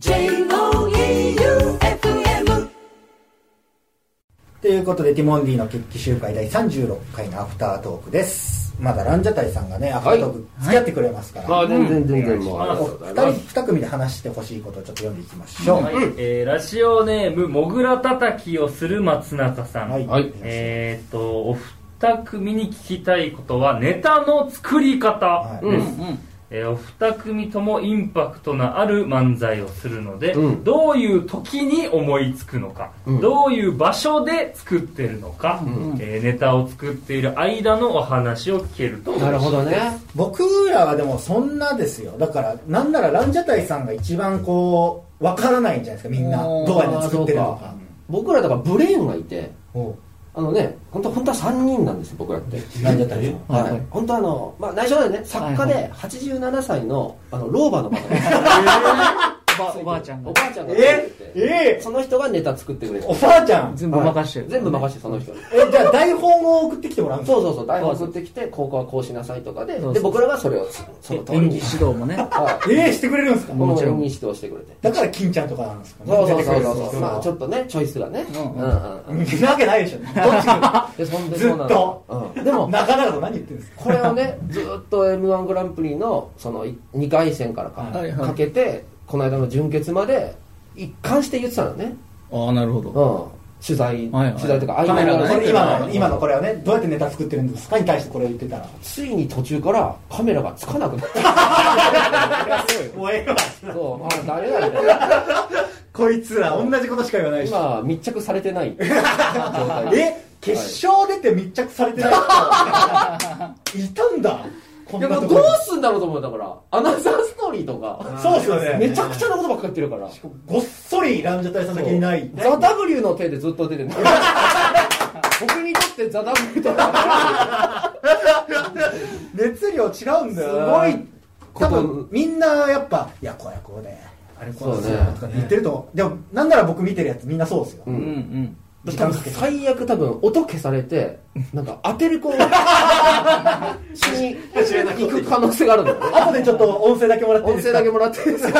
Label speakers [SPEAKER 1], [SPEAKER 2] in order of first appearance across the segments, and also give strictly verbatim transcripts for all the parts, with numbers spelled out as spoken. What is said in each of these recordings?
[SPEAKER 1] ジェイオーイーユーエフエム
[SPEAKER 2] ということでティモンディの決起集会だいさんじゅうろっかいのアフタートークです。まだランジャタイさんがねアフタートーク付き合ってくれますから、
[SPEAKER 3] はい、あ全然全然もう
[SPEAKER 2] ふたりに組で話してほしいことをちょっと読んでいきましょう、
[SPEAKER 4] はいえー、ラジオネームもぐらたたきをする松中さん、
[SPEAKER 2] はい
[SPEAKER 3] はい、
[SPEAKER 4] えー、っとお二組に聞きたいことはネタの作り方です、はいうんうんえー、お二組ともインパクトのある漫才をするので、うん、どういう時に思いつくのか、うん、どういう場所で作ってるのか、うんえー、ネタを作っている間のお話を聞けると
[SPEAKER 3] なるほどね。
[SPEAKER 2] 僕らはでもそんなですよ。だからなんならランジャタイさんが一番こうわからないんじゃないですか。みんなどうやって作ってるのか。
[SPEAKER 3] 僕らだからブレーンがいてあのね、本当本当はさんにんなんですよ僕らって。
[SPEAKER 2] ランジャタイさん、
[SPEAKER 3] はいはい、本当あのまあ内緒なんでね、作家ではちじゅうななさいのあの老婆の方が、
[SPEAKER 5] お, おばあちゃんが
[SPEAKER 3] おばあちゃんがえ
[SPEAKER 2] え
[SPEAKER 3] その人がネタ作ってくれる。
[SPEAKER 2] おばあちゃん
[SPEAKER 5] 全部任してる、
[SPEAKER 3] はい、全部任してその人に。
[SPEAKER 2] えじゃあ台本を送ってきてもらうんですか。
[SPEAKER 3] そうそうそう、台本送ってきてここはこうしなさいとかで、で僕らがそれをその通り
[SPEAKER 5] 演技指導もね、
[SPEAKER 2] はい、えー、してくれるんですか。
[SPEAKER 3] もちろん演技指導してくれて。
[SPEAKER 2] だから金ちゃんとかなんですかね。
[SPEAKER 3] そうそうそうそう、まあちょっとねチョイスがね、うん
[SPEAKER 2] うんうん、なわけないでしょ。どっちがずっと、うん、でもなかなかと何言ってるんですか。
[SPEAKER 3] これをねずっと エムワン グランプリのそのにかい戦からか、はいはい、かけてこの間の準決まで一貫して言ってたのね。
[SPEAKER 5] ああなるほど、
[SPEAKER 3] うん、取材、はいはい、取材とか
[SPEAKER 2] カメラが、ね、今の今のこれはねどうやってネタ作ってるんですかに対してこれを言ってたら、
[SPEAKER 3] ついに途中からカメラがつかなくなった
[SPEAKER 2] もうええわ。
[SPEAKER 3] そうあダメだみたいな
[SPEAKER 2] こいつら同じことしか言わないし
[SPEAKER 3] 今密着されてない
[SPEAKER 2] え決勝出て密着されてない人いたんだ。
[SPEAKER 3] いやどうすんだろうと思う。だからアナザーストーリーとか
[SPEAKER 2] そうですよね、
[SPEAKER 3] めちゃくちゃなことばっかり言ってるから、
[SPEAKER 2] ごっそりランジャタイさんだけいない。
[SPEAKER 3] ザ・ W の手でずっと出てる僕にとってザ・ W とか
[SPEAKER 2] 熱量違うんだよ。
[SPEAKER 3] すごい
[SPEAKER 2] 多分みんなやっぱいやこうやこうであれこうですよとか言ってると、でもなんなら僕見てるやつみんなそうですよ。
[SPEAKER 3] うんうん多分最悪多分音消されてなんか当てる子しに行く可能性があるんだよね。
[SPEAKER 2] 後でちょっと音声だけもらっていいですか。
[SPEAKER 3] 音声だけもらっていいですか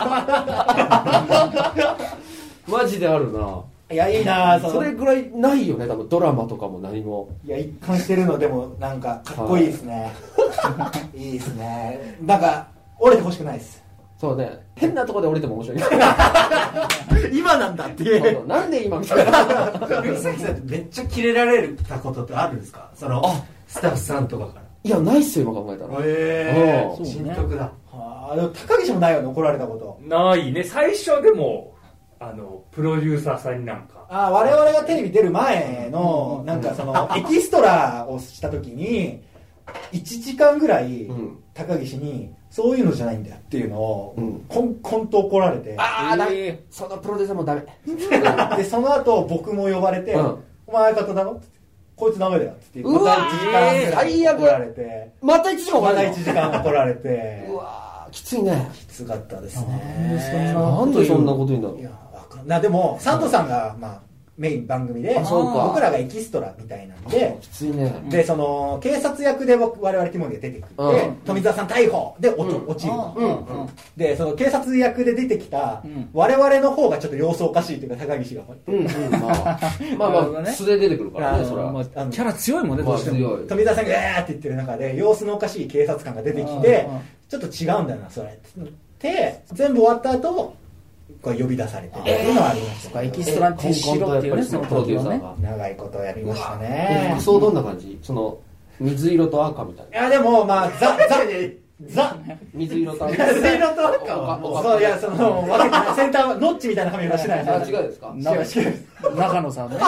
[SPEAKER 3] マジであるな。
[SPEAKER 2] いやいいな。
[SPEAKER 3] そ, それぐらいないよね多分ドラマとかも何も。
[SPEAKER 2] いや一貫してるのでもなんかかっこいいですね、はい、いいですね。なんか折れてほしくないです。
[SPEAKER 3] そうね、変なとこで降りても面白い
[SPEAKER 2] 今なんだっていう。
[SPEAKER 3] なんで今みたいな
[SPEAKER 6] 藤崎さんってめっちゃキレられたことってあるんですか。そのあスタッフさんとかから。
[SPEAKER 3] いやないっすよ今考えたら。
[SPEAKER 6] へえ新曲だ。
[SPEAKER 2] はあ、でも高岸もないよね怒られたこと。
[SPEAKER 4] ないね。最初でもあのプロデューサーさんになんか
[SPEAKER 2] あ我々がテレビ出る前のなんかそのエキストラをした時にいちじかんぐらい高岸にそういうのじゃないんだよっていうのを、うん、コンコンと怒られて、
[SPEAKER 3] ああダメ、そのプロデューサーもダメ
[SPEAKER 2] でその後僕も呼ばれて、うん、お前相方だろってこいつダメだよって言ってまたいちじかんぐらい怒られて、
[SPEAKER 3] またいちじかん怒られて
[SPEAKER 2] またいちじかん怒られて
[SPEAKER 3] うわきついね。
[SPEAKER 2] きつかったですね。
[SPEAKER 3] なんでそんなこと言うんだろう。
[SPEAKER 2] いやわかんな。でもサンドさんがまあメイン番組で僕らがエキストラみたいなんで
[SPEAKER 3] きついね。
[SPEAKER 2] でその警察役で我々ティモンディが出てきて、うん、富澤さん逮捕で落ちる、うんうんうん、でその警察役で出てきた我々の方がちょっと様子おかしいというか高岸がこうやって、うんうん、まあ
[SPEAKER 3] まあまあ素で出てくるからね。それは、
[SPEAKER 5] まあ、キャラ強いもんねどうしても。
[SPEAKER 2] 富澤さんが「えー!」って言ってる中で様子のおかしい警察官が出てきてちょっと違うんだよなそれって全部終わった後こう呼び出されてっていうのはありました。
[SPEAKER 5] エキストラにしろっていうね、その時はね。
[SPEAKER 2] 長いことやりましたね。
[SPEAKER 3] 服装どんな感じ？その水色と赤みたいな。
[SPEAKER 2] いやでもまあザザザ
[SPEAKER 3] 水色と赤。
[SPEAKER 2] 水色と赤はそういやその分けてセンターはノッチみたいな髪はしない。
[SPEAKER 3] あ違うですか？
[SPEAKER 2] 違う違う。
[SPEAKER 5] 長野さんね。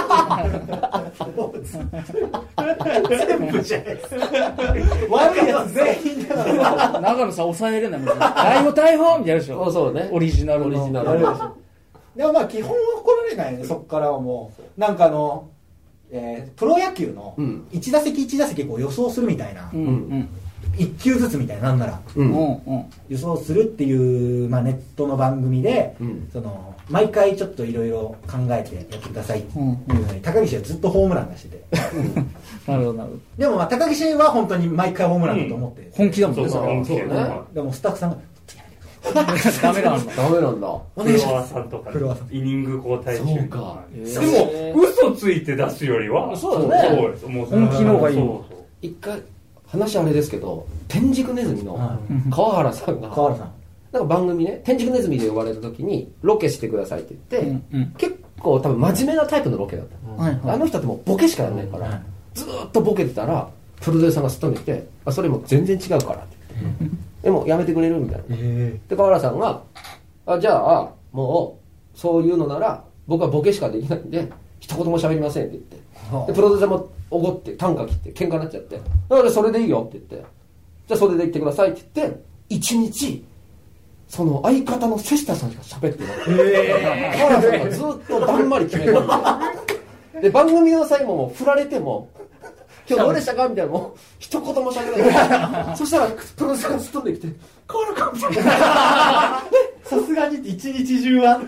[SPEAKER 2] 全部じゃないですか。悪いやつ全員だから。
[SPEAKER 5] 長野さん抑えれないもん。逮捕逮捕みたいなでしょ。
[SPEAKER 3] そうね。
[SPEAKER 5] オリジナルの。
[SPEAKER 3] オリジナル。
[SPEAKER 2] でもまあ基本は怒られないね。そっからはもうなんかあの、えー、プロ野球の一打席一打席こう予想するみたいな。うんうん一球ずつみたいななんなら、うんうん、予想するっていう、まあ、ネットの番組で、うん、その毎回ちょっといろいろ考えてやってくださいっていうのに、うん、高岸はずっとホームラン出してて
[SPEAKER 5] なるほどなるほど。
[SPEAKER 2] でもまあ高岸は本当に毎回ホームランだと思って、
[SPEAKER 5] うん、本気だもんね。
[SPEAKER 3] そうそうそうね。
[SPEAKER 2] でもスタッフさんが
[SPEAKER 5] ダメなんだ。
[SPEAKER 3] ダメなんだ。
[SPEAKER 4] フロアさんとか、イニング交代中。
[SPEAKER 3] そうか。
[SPEAKER 4] でも、嘘ついて出すよりは、
[SPEAKER 5] そうだね。
[SPEAKER 4] そうです。もう
[SPEAKER 5] 本気の方がいい。
[SPEAKER 3] 一回、話あれですけど、天竺ネズミの川原さんが、
[SPEAKER 2] 川原さん。
[SPEAKER 3] なんか番組ね、天竺ネズミで呼ばれた時に、ロケしてくださいって言って、
[SPEAKER 5] うんうん、
[SPEAKER 3] 結構多分真面目なタイプのロケだった。はいはい、あの人ってもうボケしかやらないから、はい、ずーっとボケてたら、プロデューサーがすっとめて、あ、それも全然違うからって言って、でもやめてくれるみたいな。で、川原さんが、あ、じゃあ、もう、そういうのなら、僕はボケしかできないんで、一言も喋りませんって言って、で、プロデューサーもおごって、短歌切って、喧嘩になっちゃって、だからそれでいいよって言って、じゃあそれで言ってくださいって言って、一日、その相方の瀬下さんしか喋ってない。えー、川原さんがずっとだんまり決めるんで。で、番組の最後も振られても、今日どうでしたかみたいな、もう一言も喋らない。そしたら、プロデューサーがすっ飛んできて、川原かみたいな。
[SPEAKER 2] さすがに一日中は。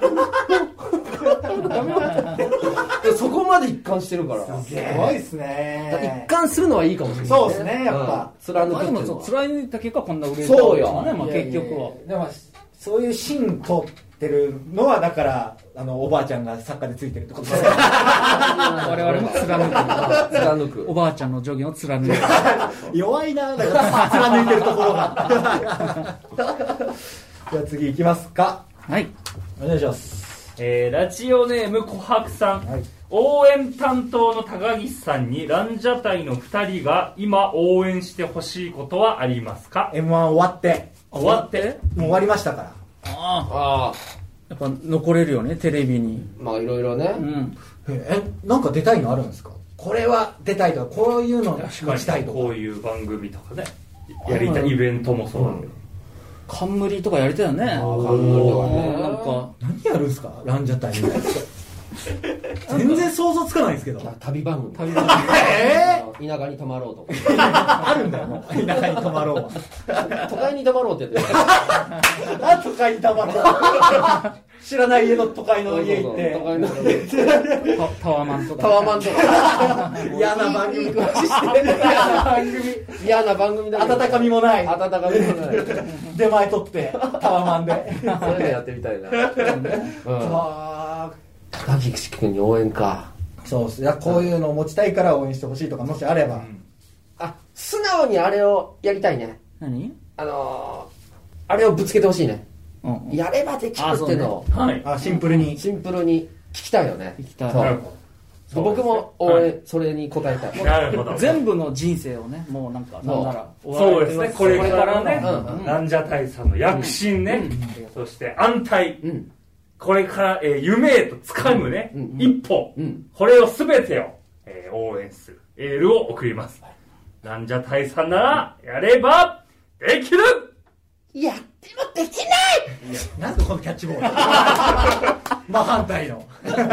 [SPEAKER 3] そこまで一貫してるから。
[SPEAKER 2] すごいっすね。
[SPEAKER 3] 一貫するのはいいかもしれない。
[SPEAKER 2] そうですね、やっぱ。
[SPEAKER 5] 貫くっていうのは。貫いた結果こんな売れる。
[SPEAKER 3] そうよ。
[SPEAKER 5] ね、まあ結局は。
[SPEAKER 2] でも、そういう芯通ってるのは、だから、あの、おばあちゃんが作家でついてるってことですね。
[SPEAKER 5] 我々も貫く。
[SPEAKER 3] 貫く。
[SPEAKER 5] おばあちゃんの助言を貫く。
[SPEAKER 2] 弱いな、だから貫いてるところが。じゃあ次行きますか。
[SPEAKER 5] はい。
[SPEAKER 2] お願いします。
[SPEAKER 4] えー、ラジオネーム琥珀さん、はい、応援担当の高岸さんにランジャタイのふたりが今応援してほしいことはありますか？
[SPEAKER 2] エムワン 終わって
[SPEAKER 4] 終わって
[SPEAKER 2] もう終わりましたから。
[SPEAKER 5] ああ、やっぱ残れるよね、テレビに。
[SPEAKER 3] まあいろいろね、うん、
[SPEAKER 2] え、なんか出たいのあるんですか？これは出たいとか、こういうのしたいとか、
[SPEAKER 4] こういう番組とかね、やりたいイベントもそうだけど、
[SPEAKER 5] 冠とかやりたいよね。
[SPEAKER 3] 冠とかね。
[SPEAKER 2] なんか何やるんですか、ランジャタイみたいな。全然想像つかないんですけど。
[SPEAKER 3] 旅番組。
[SPEAKER 5] 旅番組。
[SPEAKER 3] えー、田舎に泊まろうとか。
[SPEAKER 2] あるんだよ、もう。田舎に泊まろうは。
[SPEAKER 3] 都会に泊まろうってやってる。
[SPEAKER 2] あ、都会に泊まろう。知らない家の都会の家行って。都会の家
[SPEAKER 5] タワマンとか。
[SPEAKER 3] タワマンとか。
[SPEAKER 2] 嫌な番組。
[SPEAKER 3] 嫌な番組。嫌な番組だけど。
[SPEAKER 2] 温かみもない。
[SPEAKER 3] 温かみもない。
[SPEAKER 2] 出前取って、タワマンで。
[SPEAKER 3] それでやってみたいな。高岸君に応援か。
[SPEAKER 2] そうっす。いや、こういうのを持ちたいから応援してほしいとか、もしあれば。
[SPEAKER 3] あ、素直にあれをやりたいね。
[SPEAKER 5] 何？
[SPEAKER 3] あのー、あれをぶつけてほしいね。やればできるっていうのを、
[SPEAKER 2] はい、あ、シンプルに
[SPEAKER 3] シンプルに聞きたいよね。
[SPEAKER 5] 聞きたい。
[SPEAKER 3] そう、僕も応援、それに応えたい。
[SPEAKER 4] なるほど。
[SPEAKER 5] 全部の人生をね、もうなんかなんなら
[SPEAKER 4] そうですね。これからね、ランジャタイさんの躍進ね、そして安泰、これから夢へと掴むね一歩、これをすべてを応援するエールを送ります。ランジャタイさんならやればできる。
[SPEAKER 3] やってもできない。
[SPEAKER 2] いや、なんでこのキャッチボール真反対の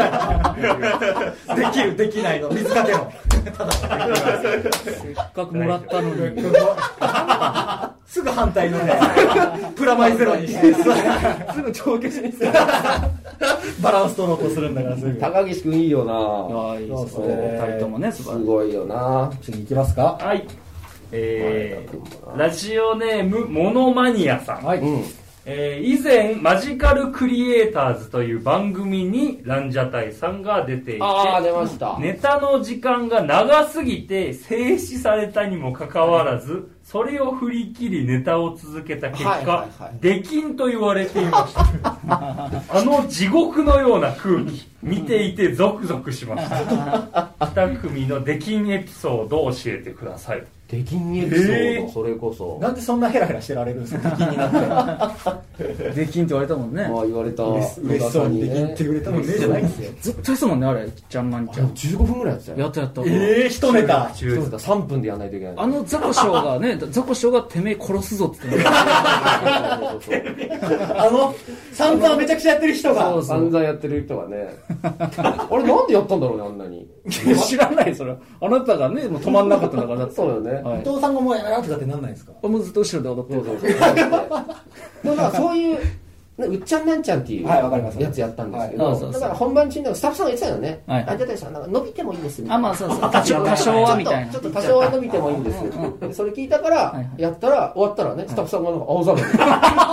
[SPEAKER 2] できるできないの水かけのただ
[SPEAKER 5] せっかくもらったのに
[SPEAKER 2] すぐ反対のねプラマイゼロにしてすぐ帳消しにするバランス取ろうとするんだからすぐ。
[SPEAKER 3] 高岸君いいよな。
[SPEAKER 5] いいですね。ふたりともね、
[SPEAKER 3] すごいよな。
[SPEAKER 2] 次行きますか。
[SPEAKER 4] はい。えー、ラジオネームモノマニアさん、はい、うん、えー、以前マジカルクリエイターズという番組にランジャタイさんが出ていて、
[SPEAKER 3] あー、出ました。
[SPEAKER 4] ネタの時間が長すぎて静止されたにもかかわらず、それを振り切りネタを続けた結果、はいはいはい、出禁と言われていましたあの地獄のような空気見ていてゾクゾクしましたに組の出禁エピソードを教えてください。
[SPEAKER 3] 出禁エピソード、えー、それこそ
[SPEAKER 2] なんでそんなヘラヘラしてられるんですか、出禁になって
[SPEAKER 5] 出禁って言われたもんね。
[SPEAKER 3] まあ言われた。
[SPEAKER 2] 嬉しそうに出禁って言われたもんねじゃないんですよ。
[SPEAKER 5] ずっとですもんね、あれちゃんまんちゃん
[SPEAKER 3] じゅうごふんぐらいやってたよ。
[SPEAKER 5] やったやった。
[SPEAKER 2] ええー、一ネタ
[SPEAKER 3] 一ネタさんぷんでやらないといけない。
[SPEAKER 5] あのザコショウがね、ザコショウがてめえ殺すぞって言って
[SPEAKER 2] あの散々めちゃくちゃやってる人が、
[SPEAKER 3] そうそう散々やってる人がねあれなんでやったんだろうね、あんなに
[SPEAKER 5] 知らない。それあなたがね、もう止まんなかったんだから。だって
[SPEAKER 3] そうよね、
[SPEAKER 2] はい、伊藤さんがもうやめろとかってなんないですか。
[SPEAKER 5] もうずっと後ろで踊ってる。
[SPEAKER 3] そうそうそうだからそういううっちゃんなんちゃんっていうやつやったんですけど、はい、だから本番中にスタッフさんが言ってたよね、はい、ランジャタイさんなんか伸びてもいいんですみたいな。
[SPEAKER 5] あ、まあそうそう、多少多少はみたいな、
[SPEAKER 3] ちょっと多少は伸びてもいいんです、うん、それ聞いたからやったら終わったらね、スタッフさんがなんか青ざめて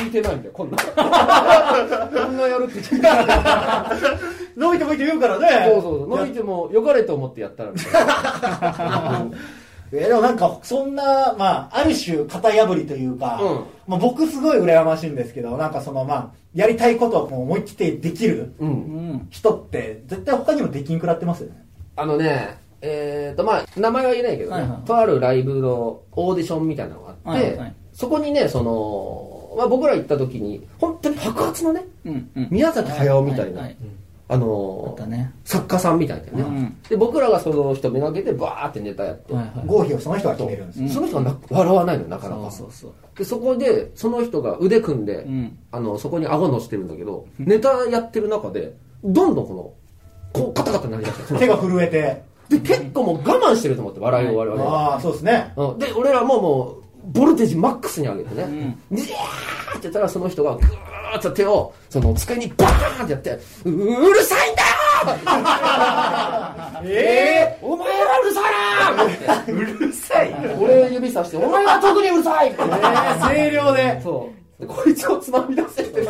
[SPEAKER 3] 聞いてないんだよ、こんな。こんなやるって聞いてない。
[SPEAKER 2] 伸びてもいいって言うからね。
[SPEAKER 3] そうそうそう。伸びてもよかれと思ってやったらみたいな。
[SPEAKER 2] えでもなんかそんな、まあ、ある種型破りというか、うんまあ、僕すごい羨ましいんですけど、なんかそのまあやりたいことをもう思い切ってできる人って絶対他にもできんくらってますよね。
[SPEAKER 3] あのねえーとまあ名前は言えないけどね、はいはい、とあるライブのオーディションみたいなのがあって、はいはい、そこにねその、まあ、僕ら行った時に本当に白髪のね、うんうん、宮崎駿みたいな、はいはいはいあのーね、作家さんみたいなね、うん、で僕らがその人めがけてバーってネタやって、はいはい、
[SPEAKER 2] 合否をその人が決めるんです、うん、
[SPEAKER 3] その人がな笑わないのなかなかそうそうそうでそこでその人が腕組んで、うん、あのそこに顎乗せてるんだけど、うん、ネタやってる中でどんどんこのこうカタカタになりだして
[SPEAKER 2] 手が震えて
[SPEAKER 3] で結構もう我慢してると思って笑いを我々は、
[SPEAKER 2] ああそうですね、
[SPEAKER 3] うん、で俺らももうボルテージマックスに上げてね、うん、ジャーって言ったらその人がグーッと手をその机にバーンってやってう, うるさいんだよえー、お前はうるさいな
[SPEAKER 2] うるさい
[SPEAKER 3] 俺指さしてお前は特にうるさいって、ね、
[SPEAKER 2] 声量で
[SPEAKER 3] そうでこいつをつまみ出せって、え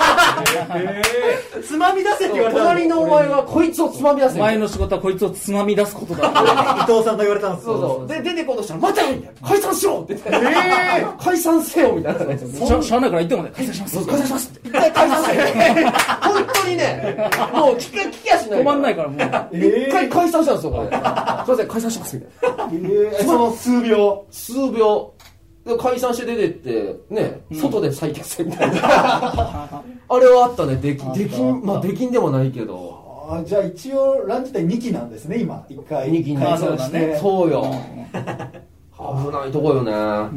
[SPEAKER 2] ー、つまみ出せって言われた
[SPEAKER 3] 隣のお前はこいつをつまみ出せ
[SPEAKER 5] お前の仕事はこいつをつまみ出すことだ
[SPEAKER 2] 伊藤さんが言われたんです
[SPEAKER 3] よそうそうで出てこうとしたら待て解散しろって言って、えー、解散せよみたいなね
[SPEAKER 5] しゃ, しゃあないから言ってもね解散します
[SPEAKER 3] 解散しますって一回解散せよ本当にねもう聞き聞きやしない
[SPEAKER 5] 止まんないからもう、
[SPEAKER 3] えー、一回解散したんですよこれすいません解散しますみたいな、え
[SPEAKER 2] ー、その数秒
[SPEAKER 3] 数秒解散して出てってね、うん、外で再結成みたいなあれはあったねできできんまあできんでもないけど
[SPEAKER 2] あじゃあ一応ランジでにきなんですね今いっかい
[SPEAKER 3] にき解散して、ね、そうよ危ないとこよね、うん、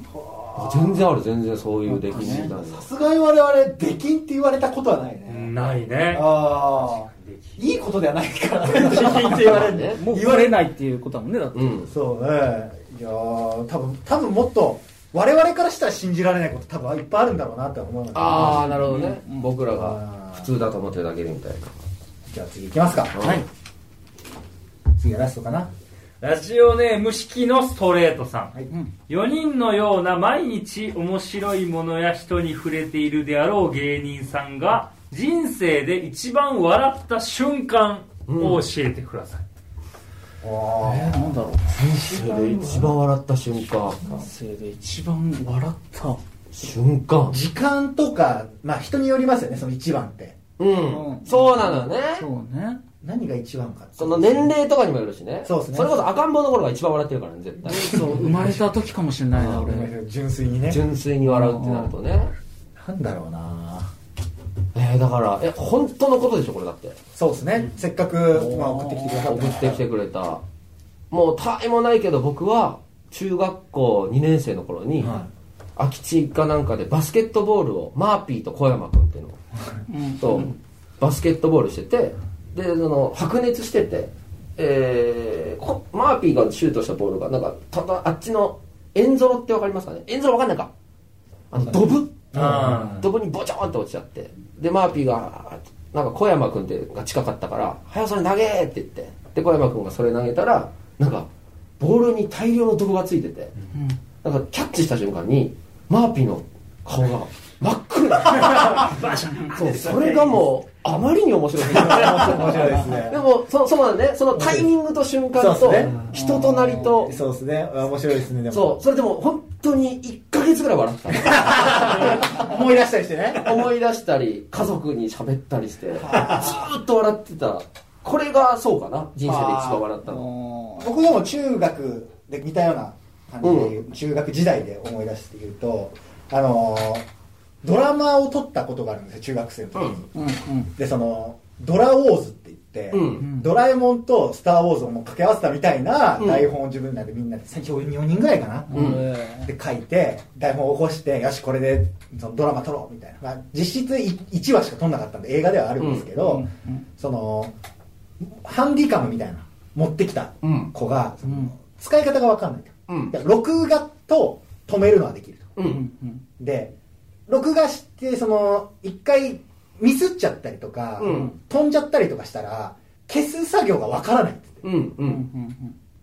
[SPEAKER 3] 全然ある全然そういうできんみたいな
[SPEAKER 2] さすがに我々できんって言われたことはないね
[SPEAKER 4] ないね
[SPEAKER 2] ああいいことではないからねできんって言われるね
[SPEAKER 5] もう言われないっていうことだもんねだって、うん、
[SPEAKER 2] そうねいやー多分多分もっと我々からしたら信じられないこと多分いっぱいあるんだろうなって思うので
[SPEAKER 3] ああなるほどね、うん、僕らが普通だと思ってるだけでみたいな
[SPEAKER 2] じゃあ次いきますかはい次がラストかな
[SPEAKER 4] ラジオネーム式のストレートさん、はい、よにんのような毎日面白いものや人に触れているであろう芸人さんが人生で一番笑った瞬間を教えてください、うん
[SPEAKER 5] えー、なんだろう
[SPEAKER 3] 人生で一番笑った瞬間
[SPEAKER 5] 人生で一番笑った
[SPEAKER 3] 瞬間
[SPEAKER 2] 時間とかまあ人によりますよねその一番って
[SPEAKER 3] うん、うん、そうなのよね
[SPEAKER 5] そうね
[SPEAKER 2] 何が一番か
[SPEAKER 3] その年齢とかにもよるしね
[SPEAKER 2] そうですね
[SPEAKER 3] それこそ赤ん坊の頃が一番笑ってるからね絶対
[SPEAKER 5] そう生まれた時かもしれないな俺
[SPEAKER 2] 純粋にね
[SPEAKER 3] 純粋に笑うってなるとね
[SPEAKER 2] なんだろうな
[SPEAKER 3] えー、だからえ本当のことでしょこれだって
[SPEAKER 2] そうですね、うん、せっかく、まあ、送ってきてくれた
[SPEAKER 3] 送ってきてくれたもう他愛もないけど僕は中学校にねん生の頃に、はい、空き地かなんかでバスケットボールをマーピーと小山君っていうの、うん、とバスケットボールしててでその白熱してて、えー、マーピーがシュートしたボールがなんかただあっちのエンゾロってわかりますかねエンゾロわかんないかあのドブドブにボチョンって落ちちゃってでマーピーがなんか小山君ってが近かったから「はよそれ投げ!」って言ってで小山君がそれ投げたらなんかボールに大量の毒がついてて、うん、なんかキャッチした瞬間にマーピーの顔が真っ黒にバシャンそうそれがもうあまりに面白い面
[SPEAKER 2] 白いですね
[SPEAKER 3] でもそそのねそのタイミングと瞬間と人となりと
[SPEAKER 2] そうですね面白いですねでも
[SPEAKER 3] そうそれでも本当にいっかげつぐらい笑った
[SPEAKER 2] 思い出したりしてね
[SPEAKER 3] 思い出したり家族に喋ったりしてずーっと笑ってたこれがそうかな人生で一番笑ったの
[SPEAKER 2] 僕でも中学で似たような感じで、うん、中学時代で思い出して言うとあのー、ドラマを撮ったことがあるんですよ中学生の時に、うんうん、でそのドラウォーズって言って、うん、ドラえもんとスターウォーズをもう掛け合わせたみたいな台本を自分らでみんなで最初よにんぐらいかな、うん、で書いて台本を起こしてよしこれでそのドラマ撮ろうみたいな、まあ、実質いちわしか撮んなかったんで映画ではあるんですけど、うんうん、そのハンディカムみたいな持ってきた子が、うん、使い方が分かんないと、うん、録画と止めるのはできると、うん、で録画してその一回ミスっちゃったりとか、うん、飛んじゃったりとかしたら消す作業が分からないって言って、うんうん、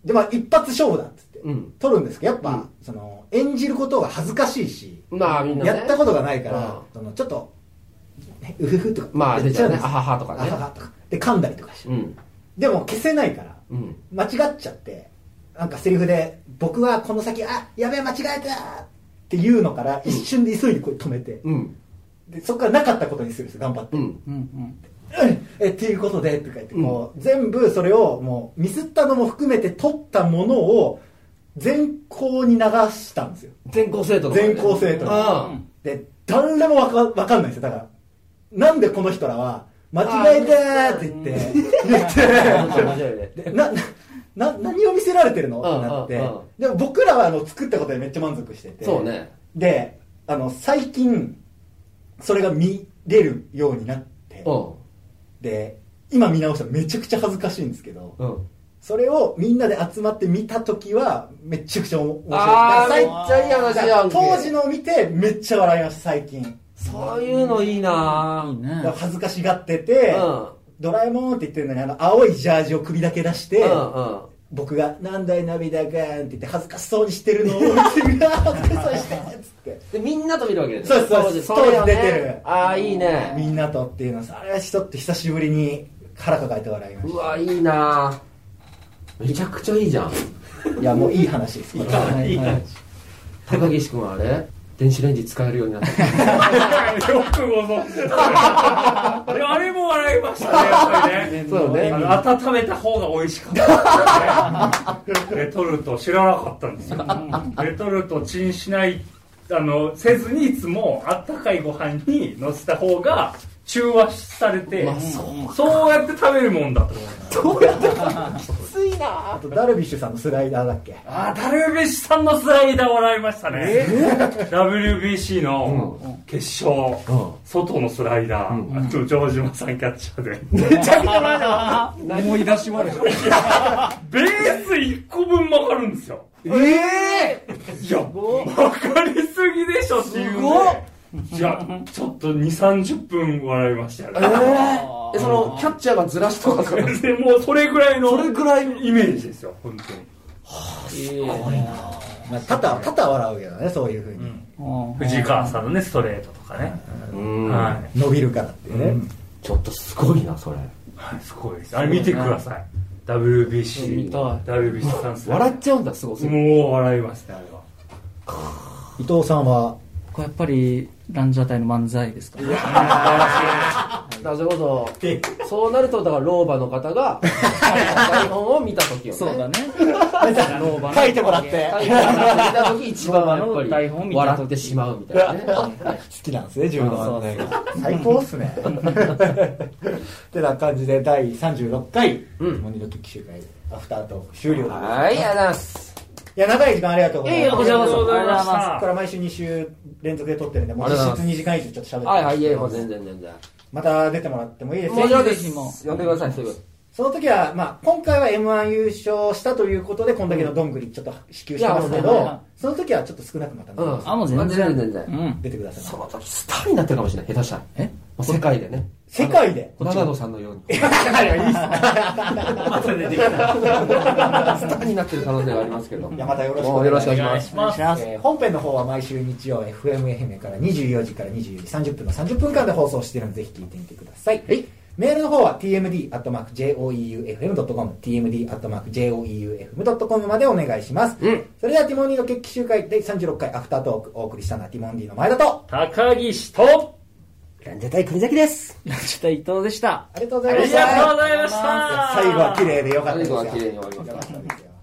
[SPEAKER 2] でまあ一発勝負だっつって、うん、取るんですけどやっぱ、うん、その演じることが恥ずかしいし、
[SPEAKER 3] まあみんなね、
[SPEAKER 2] やったことがないから、うん、そのちょっとうふふとか
[SPEAKER 3] まあ出ちゃうね、あははとかね、
[SPEAKER 2] あははとかで噛んだりとかして、うん、でも消せないから、うん、間違っちゃってなんかセリフで僕はこの先あやべえ間違えたっていうのから一瞬で急いでこれ止めて、うん、でそこからなかったことにするんですよ頑張って、うんうんうんえっていうことでとか言ってこう、うん、全部それをもうミスったのも含めて取ったものを全校に流したんですよ。
[SPEAKER 3] 全校生徒
[SPEAKER 2] の、ね、全校生徒にで誰もわか、わかんないですよ。だからなんでこの人らは間違えたって言って言ってなな何を見せられてるのってなってでも僕らはあの作ったことでめっちゃ満足してて
[SPEAKER 3] そうね
[SPEAKER 2] であの最近それが見れるようになってで今見直したらめちゃくちゃ恥ずかしいんですけど、うん、それをみんなで集まって見たときはめちゃくちゃ面白い。
[SPEAKER 3] あーめっちゃいい話やんけ。
[SPEAKER 2] 当時のを見てめっちゃ笑いました最近。
[SPEAKER 3] そういうのいいなぁ、いい
[SPEAKER 2] ね、恥ずかしがってて、うん、ドラえもんって言ってるのにあの青いジャージを首だけ出して、うんうん、僕がなんだい涙がーんって言って恥ずかしそうにしてるのを見て恥ずかしそうにしてっつって
[SPEAKER 3] でみんなと見るわけです
[SPEAKER 2] そうですそうです当時出てる
[SPEAKER 3] ああいいね
[SPEAKER 2] みんなとっていうのあれはちょっと久しぶりに腹抱えて笑いました。
[SPEAKER 3] うわいいなめちゃくちゃいいじゃん
[SPEAKER 2] いやもういい話です
[SPEAKER 3] いい話いい話高岸君はあれ電子レンジ使えるようになった
[SPEAKER 4] よくご存知あれも笑いましたねやっぱりねそうね温めた方が美味しかったですねレトルト知らなかったんですよレトルトチンしないあのせずにいつもあったかいご飯にのせた方が中和されて、まあ、そうそうやって食べるもんだと思います
[SPEAKER 3] どうやってきついな
[SPEAKER 2] あとダルビッシュさんのスライダーだっけ
[SPEAKER 4] あダルビッシュさんのスライダー笑いましたね、えー、ダブリュービーシー の決勝、うん、外のスライダー、うん、あと城島さんキャッチャーでめちゃくちゃ
[SPEAKER 5] 前思い出しまで
[SPEAKER 4] ベースいっこぶん曲がるんですよ
[SPEAKER 3] ええ
[SPEAKER 4] ー、いや曲がりすぎでしょっていうねいやちょっとにじゅうさんじゅっぷん笑いましたよね、
[SPEAKER 3] えー、そのキャッチャーがずらしとかそれ
[SPEAKER 4] でもうそれぐらいのそれぐらいのイメージですよ本当に
[SPEAKER 2] はあすごいな、まあ、ただただ笑うけどねそういうふうに、
[SPEAKER 4] うん、藤川さんのねストレートとかね、
[SPEAKER 2] うんはい、伸びるからっていうね、うん、
[SPEAKER 3] ちょっとすごいなそれ
[SPEAKER 4] はいすごいですあれ見てください ダブリュービーシー ダブリュービーシー さん
[SPEAKER 3] 笑っちゃうんだすごすぎ
[SPEAKER 4] もう笑いますねあれは
[SPEAKER 2] 伊藤さんは
[SPEAKER 5] これやっぱりランジャタイの漫才ですかね。
[SPEAKER 3] なるほど。そうなるとだから老婆の方が台本を見た時をね。
[SPEAKER 5] そうだね。
[SPEAKER 2] 老婆書いてもらって。
[SPEAKER 3] 書いてもらった時一番やっぱり台本笑ってしまうみたいなね。好
[SPEAKER 2] きなんですね自分の漫才が。最高っすね。ってな感じでだいさんじゅうろっかいモニドキック集会アフタートーク終了です。
[SPEAKER 3] はいありがとうございます。
[SPEAKER 2] いや長い時間ありがとうございます。
[SPEAKER 3] いやこちらこそありがとうございます。
[SPEAKER 2] ここから毎週にしゅう連続で撮ってるんで、もう実質にじかん以上ちょっと喋ってます。
[SPEAKER 3] はいはい、いやもう全然全然。
[SPEAKER 2] また出てもらってもいいですか？
[SPEAKER 3] もちろんです。呼んでくださいすぐ。
[SPEAKER 2] その時はまあ今回は エムワン 優勝したということでこんだけのどんぐりちょっと支給してますけど、その時はちょっと少なくまた、
[SPEAKER 3] うん、あもう全然全然
[SPEAKER 2] 出てください。
[SPEAKER 3] その時スターになってるかもしれない下手したら。え？世界でね。
[SPEAKER 2] 世界で
[SPEAKER 3] 長野さんのように。
[SPEAKER 2] いやいいっすね。
[SPEAKER 4] また出てきた。
[SPEAKER 3] スターになってる可能性はありますけど。
[SPEAKER 2] いやまたよろしくお願いします。
[SPEAKER 3] ますます
[SPEAKER 2] えー、本編の方は毎週日曜 エフエム 愛媛からにじゅうよじからにじゅうよじさんじゅっぷんのさんじゅっぷんかんで放送しているのでぜひ聞いてみてください。はい。メールの方は ティーエムディー アットマーク ジェイオーイーユーエフエム ドットコム ティーエムディー アットマーク ジェイオーイーユーエフエム ドットコム までお願いします。うん。それではティモンディの決起集会だいさんじゅうろっかいアフタートークお送りしたのはティモンディの前田と
[SPEAKER 4] 高岸と
[SPEAKER 2] ランジャタイ国崎です。
[SPEAKER 5] ランジャタイ伊藤でした。
[SPEAKER 2] ありがとうございました。
[SPEAKER 4] ありがとうございました。
[SPEAKER 2] 最後は綺麗でよかったですよ。
[SPEAKER 3] 最後は綺麗に終わりました。